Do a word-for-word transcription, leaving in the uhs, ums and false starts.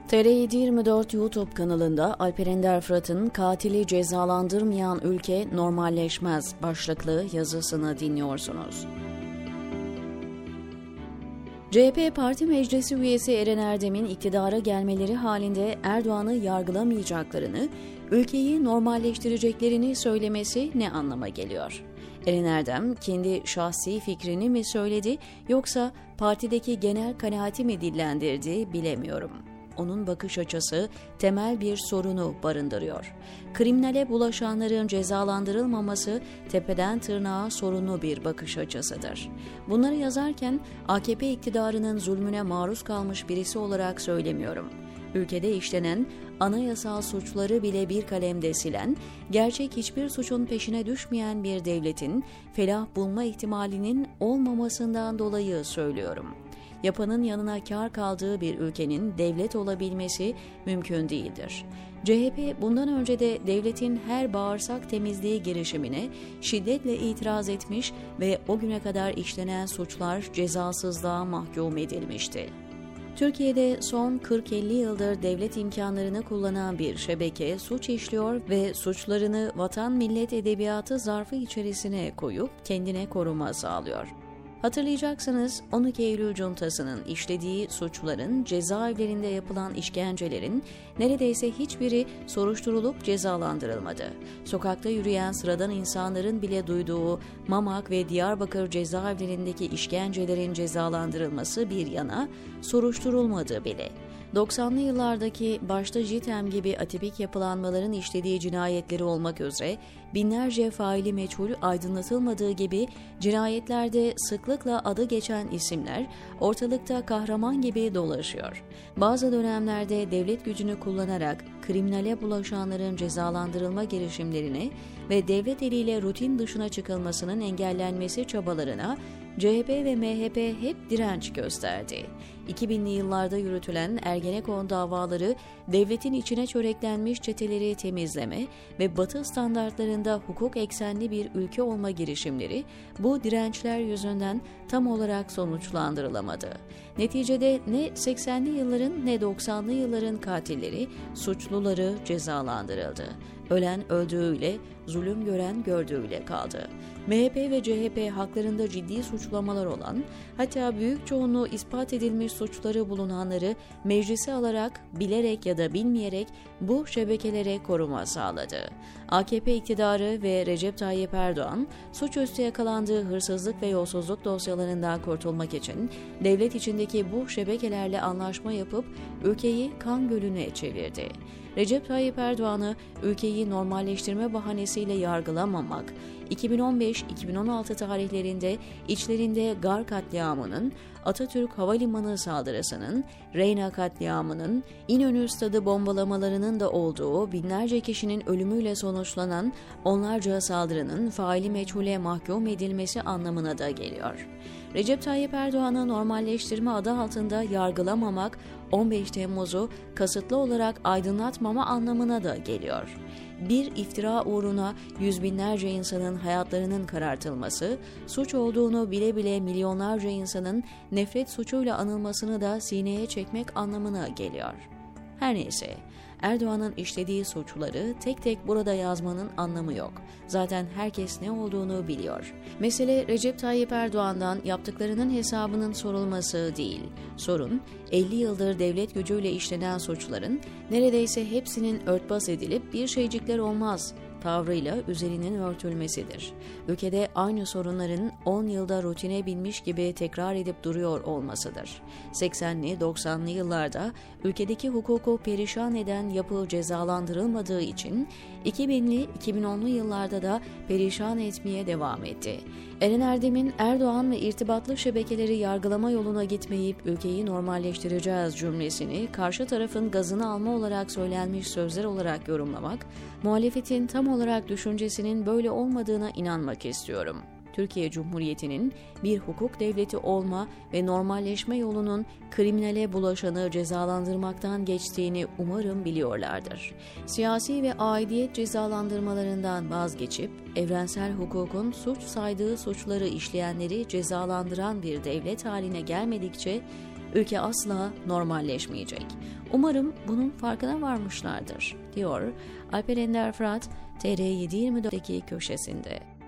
T R yedi yirmi dört YouTube kanalında Alper Ender Fırat'ın "Katili cezalandırmayan ülke normalleşmez" başlıklı yazısını dinliyorsunuz. C H P Parti Meclisi üyesi Eren Erdem'in iktidara gelmeleri halinde Erdoğan'ı yargılamayacaklarını, ülkeyi normalleştireceklerini söylemesi ne anlama geliyor? Eren Erdem kendi şahsi fikrini mi söyledi yoksa partideki genel kanaati mi dillendirdi bilemiyorum. Onun bakış açısı temel bir sorunu barındırıyor. Kriminale bulaşanların cezalandırılmaması tepeden tırnağa sorunlu bir bakış açısıdır. Bunları yazarken A K P iktidarının zulmüne maruz kalmış birisi olarak söylemiyorum. Ülkede işlenen anayasal suçları bile bir kalemde silen, gerçek hiçbir suçun peşine düşmeyen bir devletin felah bulma ihtimalinin olmamasından dolayı söylüyorum. Yapanın yanına kâr kaldığı bir ülkenin devlet olabilmesi mümkün değildir. C H P bundan önce de devletin her bağırsak temizliği girişimine şiddetle itiraz etmiş ve o güne kadar işlenen suçlar cezasızlığa mahkum edilmişti. Türkiye'de son kırk elli yıldır devlet imkanlarını kullanan bir şebeke suç işliyor ve suçlarını vatan millet edebiyatı zarfı içerisine koyup kendine koruma sağlıyor. Hatırlayacaksınız, on iki Eylül Cuntası'nın işlediği suçların, cezaevlerinde yapılan işkencelerin neredeyse hiçbiri soruşturulup cezalandırılmadı. Sokakta yürüyen sıradan insanların bile duyduğu Mamak ve Diyarbakır cezaevlerindeki işkencelerin cezalandırılması bir yana soruşturulmadı bile. doksanlı yıllardaki başta JITEM gibi atipik yapılanmaların işlediği cinayetleri olmak üzere binlerce faili meçhul aydınlatılmadığı gibi cinayetlerde sıklıkla adı geçen isimler ortalıkta kahraman gibi dolaşıyor. Bazı dönemlerde devlet gücünü kullanarak kriminale bulaşanların cezalandırılma girişimlerine ve devlet eliyle rutin dışına çıkılmasının engellenmesi çabalarına C H P ve M H P hep direnç gösterdi. iki binli yıllarda yürütülen Ergenekon davaları, devletin içine çöreklenmiş çeteleri temizleme ve Batı standartlarında hukuk eksenli bir ülke olma girişimleri bu dirençler yüzünden tam olarak sonuçlandırılamadı. Neticede ne seksenli yılların ne doksanlı yılların katilleri, suçluları cezalandırıldı. Ölen öldüğüyle, zulüm gören gördüğüyle kaldı. M H P ve C H P haklarında ciddi suçlamalar olan, hatta büyük çoğunluğu ispat edilmiş suçları bulunanları meclise alarak, bilerek ya da bilmeyerek bu şebekelere koruma sağladı. A K P iktidarı ve Recep Tayyip Erdoğan, suçüstü yakalandığı hırsızlık ve yolsuzluk dosyalarından kurtulmak için devlet içindeki bu şebekelerle anlaşma yapıp ülkeyi kan gölüne çevirdi. Recep Tayyip Erdoğan'ı ülkeyi normalleştirme bahanesiyle yargılamamak, iki bin on beş iki bin on altı tarihlerinde içlerinde Gar katliamının, Atatürk Havalimanı saldırısının, Reyna katliamının, İnönü Stadı bombalamalarının da olduğu binlerce kişinin ölümüyle sonuçlanan onlarca saldırının faili meçhule mahkum edilmesi anlamına da geliyor. Recep Tayyip Erdoğan'ı normalleştirme adı altında yargılamamak, on beş Temmuz'u kasıtlı olarak aydınlatmama anlamına da geliyor. Bir iftira uğruna yüz binlerce insanın hayatlarının karartılması, suç olduğunu bile bile milyonlarca insanın nefret suçuyla anılmasını da sineye çekmek anlamına geliyor. Her neyse, Erdoğan'ın işlediği suçları tek tek burada yazmanın anlamı yok. Zaten herkes ne olduğunu biliyor. Mesele Recep Tayyip Erdoğan'dan yaptıklarının hesabının sorulması değil. Sorun, elli yıldır devlet gücüyle işlenen suçların neredeyse hepsinin örtbas edilip bir şeycikler olmaz tavrıyla üzerinin örtülmesidir. Ülkede aynı sorunların on yılda rutine binmiş gibi tekrar edip duruyor olmasıdır. seksenli doksanlı yıllarda ülkedeki hukuku perişan eden yapı cezalandırılmadığı için iki binli iki bin onlu yıllarda da perişan etmeye devam etti. Eren Erdem'in Erdoğan ve irtibatlı şebekeleri yargılama yoluna gitmeyip ülkeyi normalleştireceğiz cümlesini karşı tarafın gazını alma olarak söylenmiş sözler olarak yorumlamak, muhalefetin tam olarak düşüncesinin böyle olmadığına inanmak istiyorum. Türkiye Cumhuriyeti'nin bir hukuk devleti olma ve normalleşme yolunun kriminale bulaşanı cezalandırmaktan geçtiğini umarım biliyorlardır. Siyasi ve aidiyet cezalandırmalarından vazgeçip evrensel hukukun suç saydığı suçları işleyenleri cezalandıran bir devlet haline gelmedikçe ülke asla normalleşmeyecek. Umarım bunun farkına varmışlardır, diyor Alper Ender Fırat, T R yedi yirmi dört'teki köşesinde.